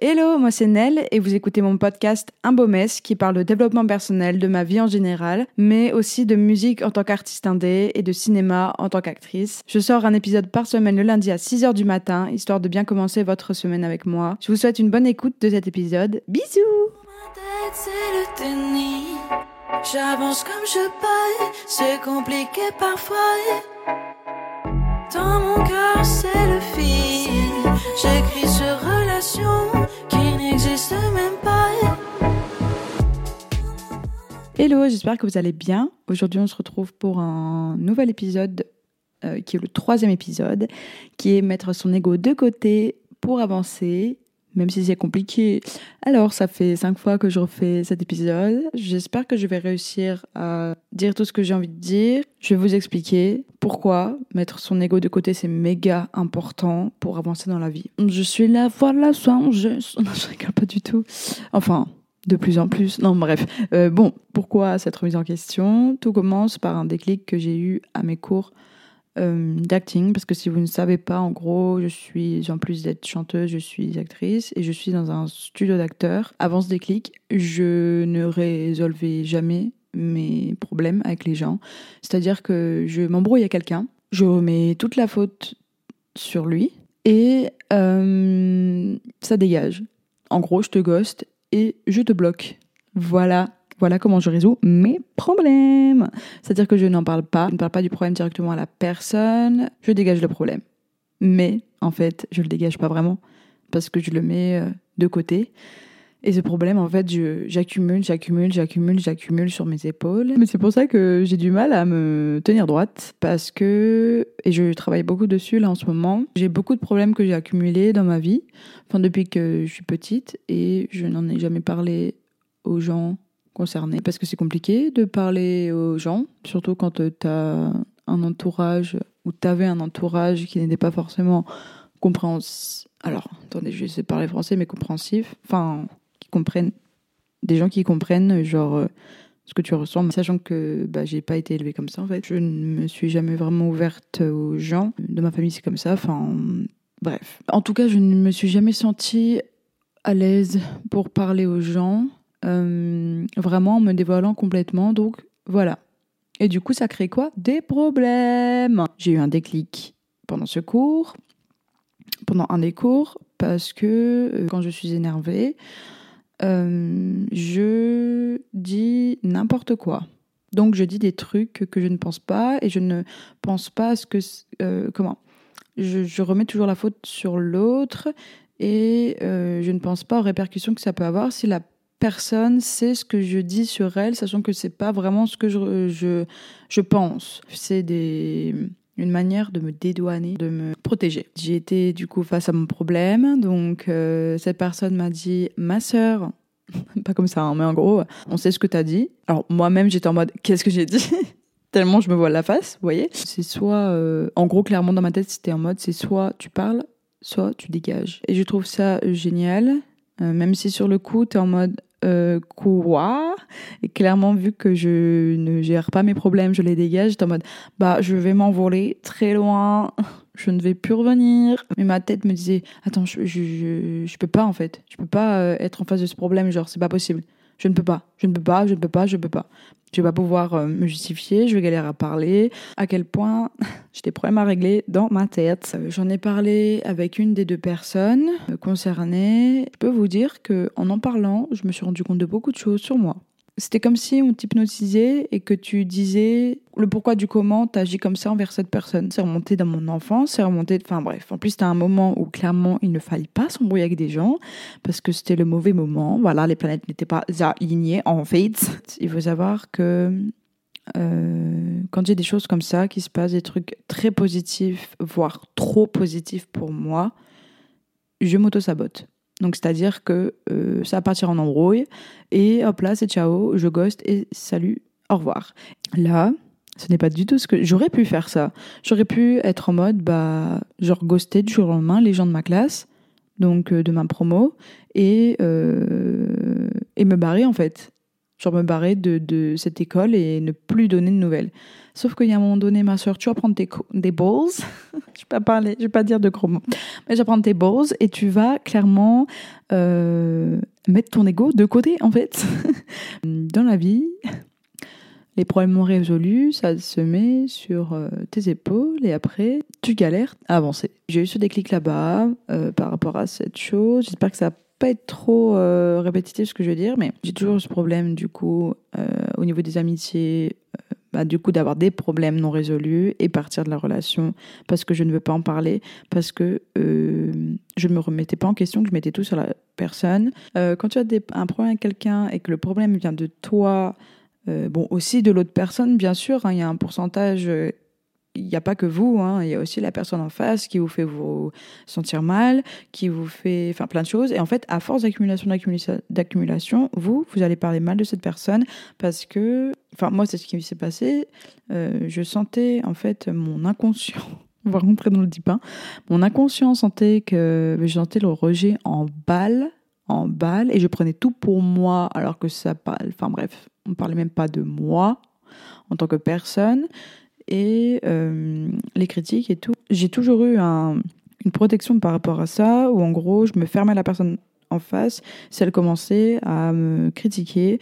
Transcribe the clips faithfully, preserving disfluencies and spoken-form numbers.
Hello, moi c'est Nell et vous écoutez mon podcast Un beau mess qui parle de développement personnel, de ma vie en général, mais aussi de musique en tant qu'artiste indé et de cinéma en tant qu'actrice. Je sors un épisode par semaine le lundi à six heures du matin, histoire de bien commencer votre semaine avec moi. Je vous souhaite une bonne écoute de cet épisode. Bisous! Ma tête, c'est le tennis. J'avance comme je paille, c'est compliqué parfois. Dans mon cœur, c'est le fil. J'écris sur relations qui n'existent même pas. Hello, j'espère que vous allez bien. Aujourd'hui, on se retrouve pour un nouvel épisode euh, qui est le troisième épisode, qui est mettre son ego de côté pour avancer, même si c'est compliqué. Alors, ça fait cinq fois que je refais cet épisode. J'espère que je vais réussir à dire tout ce que j'ai envie de dire. Je vais vous expliquer pourquoi mettre son ego de côté, c'est méga important pour avancer dans la vie. Je suis là, voilà, sans je... Non, je rigole pas du tout. Enfin... de plus en plus. Non, bref. Euh, bon, pourquoi cette remise en question ? Tout commence par un déclic que j'ai eu à mes cours euh, d'acting, parce que si vous ne savez pas, en gros, je suis, en plus d'être chanteuse, je suis actrice et je suis dans un studio d'acteurs. Avant ce déclic, je ne résolvais jamais mes problèmes avec les gens. C'est-à-dire que je m'embrouille à quelqu'un, je remets toute la faute sur lui et euh, ça dégage. En gros, je te ghost et je te bloque. Voilà, voilà comment je résous mes problèmes. C'est-à-dire que je n'en parle pas, je ne parle pas du problème directement à la personne, je dégage le problème. Mais, en fait, je le dégage pas vraiment, parce que je le mets de côté. Et ce problème, en fait, je, j'accumule, j'accumule, j'accumule, j'accumule sur mes épaules. Mais c'est pour ça que j'ai du mal à me tenir droite, parce que, et je travaille beaucoup dessus là en ce moment, j'ai beaucoup de problèmes que j'ai accumulés dans ma vie, enfin depuis que je suis petite, et je n'en ai jamais parlé aux gens concernés, parce que c'est compliqué de parler aux gens, surtout quand t'as un entourage, ou t'avais un entourage qui n'était pas forcément compréhensif. Alors, attendez, je vais essayer de parler français, mais compréhensif, enfin... comprennent, des gens qui comprennent genre euh, ce que tu ressens, sachant que bah, j'ai pas été élevée comme ça en fait. Je ne me suis jamais vraiment ouverte aux gens. De ma famille c'est comme ça, enfin bref. En tout cas, je ne me suis jamais sentie à l'aise pour parler aux gens, euh, vraiment en me dévoilant complètement, donc voilà. Et du coup, ça crée quoi ? Des problèmes. J'ai eu un déclic pendant ce cours, pendant un des cours, parce que euh, quand je suis énervée, Euh, je dis n'importe quoi. Donc je dis des trucs que je ne pense pas et je ne pense pas à ce que... Euh, comment je, je remets toujours la faute sur l'autre et euh, je ne pense pas aux répercussions que ça peut avoir si la personne sait ce que je dis sur elle, sachant que c'est pas vraiment ce que je, je, je pense. C'est des... une manière de me dédouaner, de me protéger. J'ai été du coup face à mon problème, donc euh, cette personne m'a dit « ma sœur », pas comme ça, hein, mais en gros, on sait ce que t'as dit. Alors moi-même, j'étais en mode « qu'est-ce que j'ai dit ?» Tellement je me vois la face, vous voyez. C'est soit, euh, en gros, clairement dans ma tête, c'était en mode c'est soit tu parles, soit tu dégages. Et je trouve ça génial, euh, même si sur le coup, t'es en mode Euh, quoi ? Et clairement, vu que je ne gère pas mes problèmes, je les dégage, j'étais en mode bah je vais m'envoler très loin, je ne vais plus revenir. Mais ma tête me disait attends, je, je, je, je peux pas en fait, je peux pas euh, être en face de ce problème, genre c'est pas possible. Je ne peux pas, je ne peux pas, je ne peux pas, je ne peux pas. Je vais pas pouvoir euh, me justifier, je vais galérer à parler. À quel point j'ai des problèmes à régler dans ma tête. Euh, j'en ai parlé avec une des deux personnes euh, concernées. Je peux vous dire qu'en en parlant, je me suis rendu compte de beaucoup de choses sur moi. C'était comme si on t'hypnotisait et que tu disais le pourquoi du comment t'agis comme ça envers cette personne. C'est remonté dans mon enfance, c'est remonté... Enfin bref, en plus c'était un moment où clairement il ne fallait pas s'embrouiller avec des gens parce que c'était le mauvais moment. Voilà, les planètes n'étaient pas alignées en fait. Il faut savoir que euh, quand j'ai des choses comme ça qui se passent, des trucs très positifs, voire trop positifs pour moi, je m'auto-sabote. Donc, c'est-à-dire que euh, ça va partir en embrouille et hop là, c'est ciao, je ghost et salut, au revoir. Là, ce n'est pas du tout ce que... J'aurais pu faire ça. J'aurais pu être en mode, bah, genre ghoster du jour au lendemain les gens de ma classe, donc euh, de ma promo, et, euh, et me barrer en fait. Genre me barrer de, de cette école et ne plus donner de nouvelles. Sauf qu'il y a un moment donné, ma soeur, tu vas prendre tes, des balls. je vais pas parler, je vais pas dire de gros mots. Mais tu vas prendre tes balls et tu vas clairement euh, mettre ton ego de côté, en fait. Dans la vie, les problèmes non résolus, ça se met sur euh, tes épaules et après, tu galères à avancer. J'ai eu ce déclic là-bas euh, par rapport à cette chose. J'espère que ça va pas être trop euh, répétitif ce que je veux dire, mais j'ai toujours ce problème du coup euh, au niveau des amitiés, euh, bah, du coup d'avoir des problèmes non résolus et partir de la relation parce que je ne veux pas en parler, parce que euh, je ne me remettais pas en question, que je mettais tout sur la personne. Euh, quand tu as des, un problème avec quelqu'un et que le problème vient de toi, euh, bon aussi de l'autre personne bien sûr, hein, il y a un pourcentage... Euh, il n'y a pas que vous, hein, il y a aussi la personne en face qui vous fait vous sentir mal, qui vous fait enfin, plein de choses. Et en fait, à force d'accumulation, d'accumulation, d'accumulation, vous, vous allez parler mal de cette personne parce que, enfin moi c'est ce qui s'est passé, euh, je sentais en fait mon inconscient, on va rentrer dans le deep, hein, mon inconscient sentait que je sentais le rejet en balle, en balle, et je prenais tout pour moi alors que ça parle, enfin bref, on ne parlait même pas de moi en tant que personne. Et euh, les critiques et tout. J'ai toujours eu un, une protection par rapport à ça, où en gros, je me fermais à la personne en face si elle commençait à me critiquer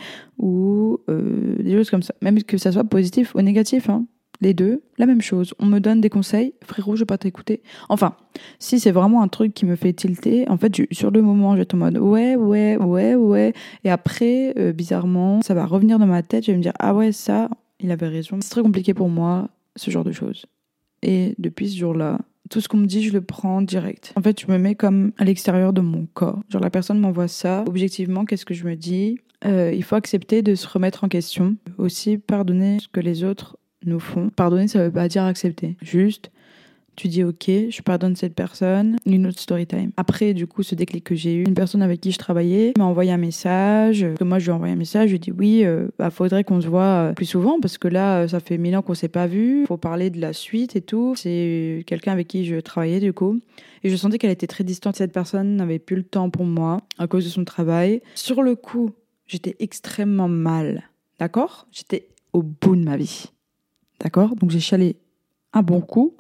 ou euh, des choses comme ça. Même que ça soit positif ou négatif, hein, les deux, la même chose. On me donne des conseils, frérot, je vais pas t'écouter. Enfin, si c'est vraiment un truc qui me fait tilter, en fait, je, sur le moment, je vais être en mode ouais, ouais, ouais, ouais. Et après, euh, bizarrement, ça va revenir dans ma tête, je vais me dire ah ouais, ça... il avait raison. C'est très compliqué pour moi, ce genre de choses. Et depuis ce jour-là, tout ce qu'on me dit, je le prends direct. En fait, je me mets comme à l'extérieur de mon corps. Genre, la personne m'envoie ça. Objectivement, qu'est-ce que je me dis ? euh, Il faut accepter de se remettre en question. Aussi, pardonner ce que les autres nous font. Pardonner, ça veut pas dire accepter. Juste... tu dis ok, je pardonne cette personne, une autre story time. Après, du coup, ce déclic que j'ai eu, une personne avec qui je travaillais m'a envoyé un message. Que moi, je lui ai envoyé un message, je lui ai dit oui, euh, bah, faudrait qu'on se voit plus souvent parce que là, ça fait mille ans qu'on s'est pas vu. Faut parler de la suite et tout. C'est quelqu'un avec qui je travaillais du coup. Et je sentais qu'elle était très distante. Cette personne n'avait plus le temps pour moi à cause de son travail. Sur le coup, j'étais extrêmement mal. D'accord ? J'étais au bout de ma vie. D'accord ? Donc, j'ai chialé un bon coup.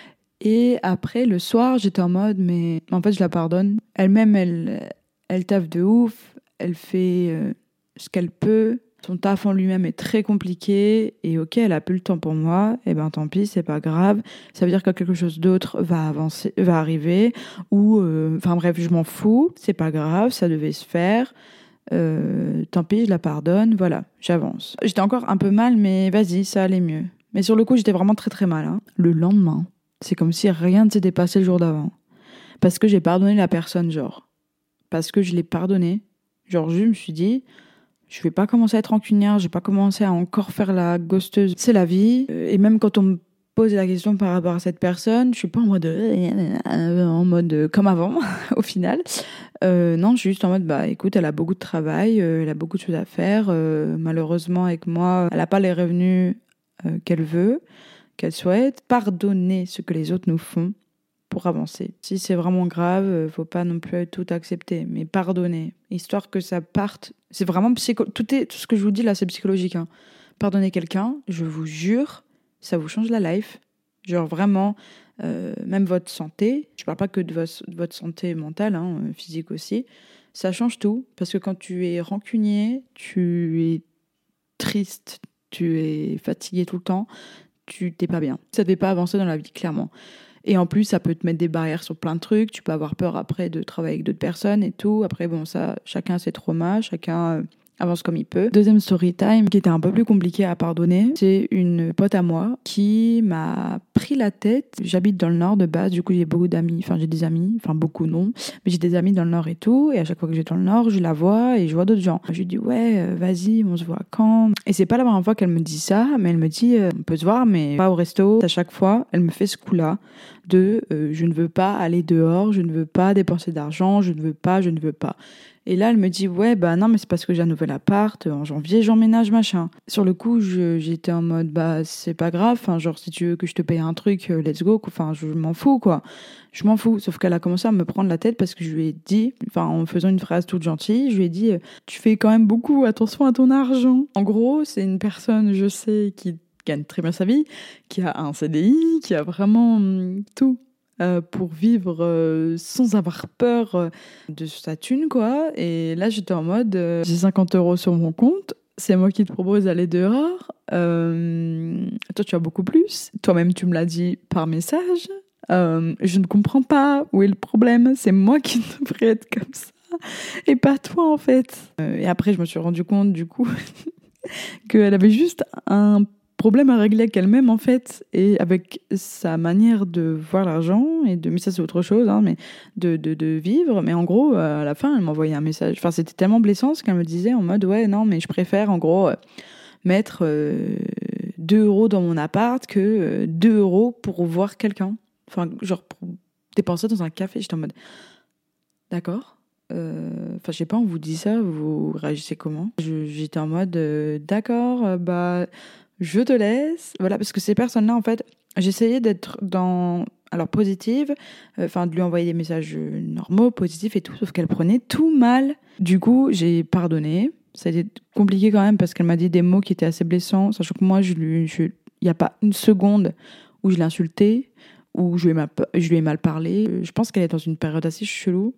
Et après, le soir, j'étais en mode, mais en fait, je la pardonne. Elle-même, elle, elle taffe de ouf. Elle fait euh, ce qu'elle peut. Son taf en lui-même est très compliqué. Et ok, elle a plus le temps pour moi. Et ben, tant pis, c'est pas grave. Ça veut dire que quelque chose d'autre va avancer, va arriver. Ou, enfin euh, bref, je m'en fous. C'est pas grave, ça devait se faire. Euh, tant pis, je la pardonne. Voilà, j'avance. J'étais encore un peu mal, mais vas-y, ça allait mieux. Mais sur le coup, j'étais vraiment très très mal. Hein. Le lendemain, c'est comme si rien ne s'était passé le jour d'avant. Parce que j'ai pardonné la personne, genre. Parce que je l'ai pardonné. Genre, je me suis dit, je vais pas commencer à être rancunière, je vais pas commencer à encore faire la ghosteuse. C'est la vie. Et même quand on me pose la question par rapport à cette personne, je suis pas en mode, en mode comme avant, au final. Euh, non, je suis juste en mode, bah écoute, elle a beaucoup de travail, euh, elle a beaucoup de choses à faire. Euh, malheureusement, avec moi, elle a pas les revenus euh, qu'elle veut. Qu'elle souhaite, pardonner ce que les autres nous font pour avancer. Si c'est vraiment grave, faut pas non plus tout accepter, mais pardonner, histoire que ça parte. C'est vraiment psycho. Tout est tout ce que je vous dis là, c'est psychologique. Hein. Pardonner quelqu'un, je vous jure, ça vous change la life. Genre vraiment, euh, même votre santé. Je parle pas que de, vo- de votre santé mentale, hein, physique aussi. Ça change tout parce que quand tu es rancunier, tu es triste, tu es fatigué tout le temps. Tu t'es pas bien. Ça ne fait pas avancer dans la vie, clairement. Et en plus, ça peut te mettre des barrières sur plein de trucs. Tu peux avoir peur après de travailler avec d'autres personnes et tout. Après, bon, ça, chacun a ses traumas, chacun euh, avance comme il peut. Deuxième story time, qui était un peu plus compliqué à pardonner, c'est une pote à moi qui m'a pris la tête. J'habite dans le Nord de base, du coup, j'ai beaucoup d'amis. Enfin, j'ai des amis, enfin beaucoup non, mais j'ai des amis dans le Nord et tout. Et à chaque fois que j'ai dans le Nord, je la vois et je vois d'autres gens. Je lui dis, ouais, euh, vas-y, on se voit quand ? Et c'est pas la première fois qu'elle me dit ça, mais elle me dit, euh, on peut se voir, mais pas au resto. À chaque fois, elle me fait ce coup-là de euh, je ne veux pas aller dehors, je ne veux pas dépenser d'argent, je ne veux pas, je ne veux pas. Et là, elle me dit, ouais, bah non, mais c'est parce que j'ai un nouvel l'appart, en janvier, j'emménage, machin. Sur le coup, je, j'étais en mode, bah, c'est pas grave, enfin, genre, si tu veux que je te paye un truc, let's go, enfin, je m'en fous, quoi. Je m'en fous. Sauf qu'elle a commencé à me prendre la tête parce que je lui ai dit, enfin, en faisant une phrase toute gentille, je lui ai dit, tu fais quand même beaucoup attention à ton argent. En gros, c'est une personne, je sais, qui gagne très bien sa vie, qui a un C D I, qui a vraiment hum, tout. Euh, pour vivre euh, sans avoir peur euh, de sa thune, quoi. Et là, j'étais en mode, euh, j'ai cinquante euros sur mon compte, c'est moi qui te propose d'aller dehors. Euh, toi, tu as beaucoup plus. Toi-même, tu me l'as dit par message. Euh, je ne comprends pas où est le problème. C'est moi qui devrais être comme ça et pas toi, en fait. Euh, et après, je me suis rendu compte, du coup, qu'elle avait juste un problème à régler avec elle-même, en fait, et avec sa manière de voir l'argent, et de, mais ça c'est autre chose, hein, mais de, de, de vivre. Mais en gros, à la fin, elle m'envoyait un message. Enfin, c'était tellement blessant ce qu'elle me disait, en mode, ouais, non, mais je préfère, en gros, euh, mettre euh, deux euros dans mon appart que euh, deux euros pour voir quelqu'un. Enfin, genre, pour dépenser dans un café. J'étais en mode, d'accord. Euh, enfin, je sais pas, on vous dit ça, vous réagissez comment? je, J'étais en mode, euh, d'accord, euh, bah... je te laisse. Voilà, parce que ces personnes-là, en fait, j'essayais d'être dans... alors positive, enfin euh, de lui envoyer des messages normaux, positifs et tout, sauf qu'elle prenait tout mal. Du coup, j'ai pardonné. Ça a été compliqué quand même parce qu'elle m'a dit des mots qui étaient assez blessants, sachant que moi, je lui, je... il n'y a pas une seconde où je l'ai insultée, où je lui ai mal, je lui ai mal parlé. Je pense qu'elle est dans une période assez chelou.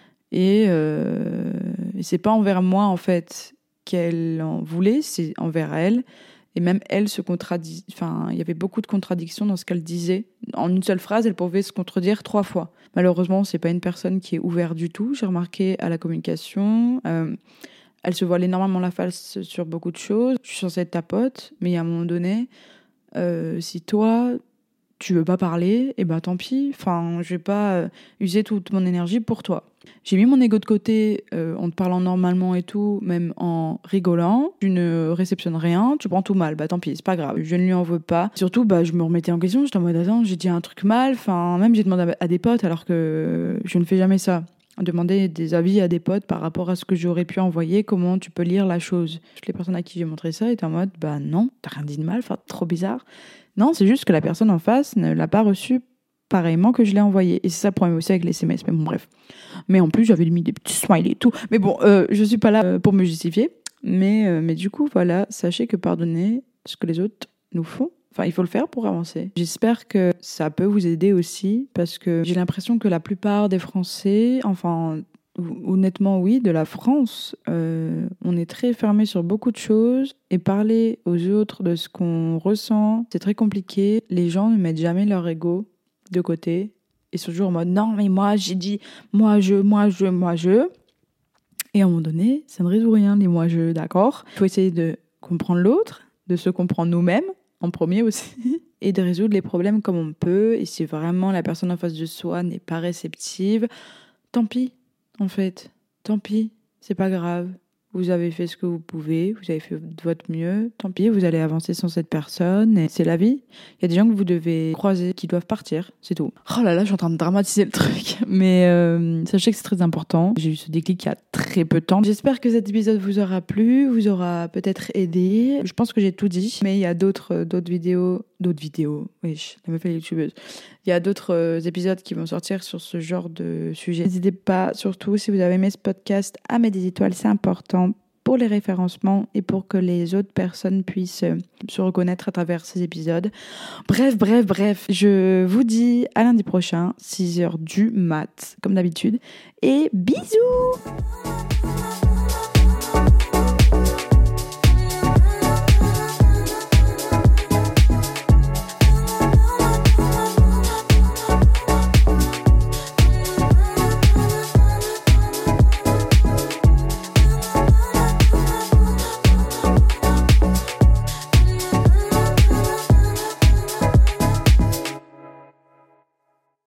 Et, euh... et c'est pas envers moi, en fait, qu'elle en voulait, c'est envers elle. Et même elle se contredit. Enfin, il y avait beaucoup de contradictions dans ce qu'elle disait. En une seule phrase, elle pouvait se contredire trois fois. Malheureusement, c'est pas une personne qui est ouverte du tout. J'ai remarqué à la communication. Euh, elle se voile énormément la face sur beaucoup de choses. Je suis censée être ta pote, mais à un moment donné, euh, si toi, tu veux pas parler, et ben tant pis. Enfin, je vais pas euh, user toute mon énergie pour toi. J'ai mis mon ego de côté euh, en te parlant normalement et tout, même en rigolant. Tu ne réceptionnes rien, tu prends tout mal. Bah tant pis, c'est pas grave. Je ne lui en veux pas. Surtout, bah je me remettais en question. J'étais en mode attends, j'ai dit un truc mal. Enfin, même j'ai demandé à, à des potes alors que je ne fais jamais ça. Demander des avis à des potes par rapport à ce que j'aurais pu envoyer, comment tu peux lire la chose. Toutes les personnes à qui j'ai montré ça étaient en mode bah non, t'as rien dit de mal, enfin trop bizarre. Non, c'est juste que la personne en face ne l'a pas reçu pareillement que je l'ai envoyé. Et c'est ça le problème aussi avec les S M S. Mais bon, bref. Mais en plus, j'avais mis des petits smileys et tout. Mais bon, euh, je suis pas là pour me justifier. Mais, euh, mais du coup, voilà, sachez que pardonner ce que les autres nous font, enfin, il faut le faire pour avancer. J'espère que ça peut vous aider aussi, parce que j'ai l'impression que la plupart des Français, enfin, honnêtement, oui, de la France, euh, on est très fermé sur beaucoup de choses. Et parler aux autres de ce qu'on ressent, c'est très compliqué. Les gens ne mettent jamais leur ego de côté. Et sont toujours en mode, non, mais moi, j'ai dit, moi, je, moi, je, moi, je. Et à un moment donné, ça ne résout rien, les moi, je, d'accord. Il faut essayer de comprendre l'autre, de se comprendre nous-mêmes, en premier aussi, et de résoudre les problèmes comme on peut. Et si vraiment la personne en face de soi n'est pas réceptive, tant pis, en fait. Tant pis, c'est pas grave. Vous avez fait ce que vous pouvez, vous avez fait de votre mieux, tant pis, vous allez avancer sans cette personne, et c'est la vie. Il y a des gens que vous devez croiser, qui doivent partir, c'est tout. Oh là là, je suis en train de dramatiser le truc, mais euh, sachez que c'est très important. J'ai eu ce déclic il y a très peu de temps. J'espère que cet épisode vous aura plu, vous aura peut-être aidé. Je pense que j'ai tout dit, mais il y a d'autres, d'autres vidéos, d'autres vidéos, wesh, la meuf elle est youtubeuse. Il y a d'autres euh, épisodes qui vont sortir sur ce genre de sujet. N'hésitez pas, surtout si vous avez aimé ce podcast, à mettre des étoiles, c'est important pour les référencements et pour que les autres personnes puissent euh, se reconnaître à travers ces épisodes. Bref, bref, bref, je vous dis à lundi prochain, six heures du mat, comme d'habitude, et bisous!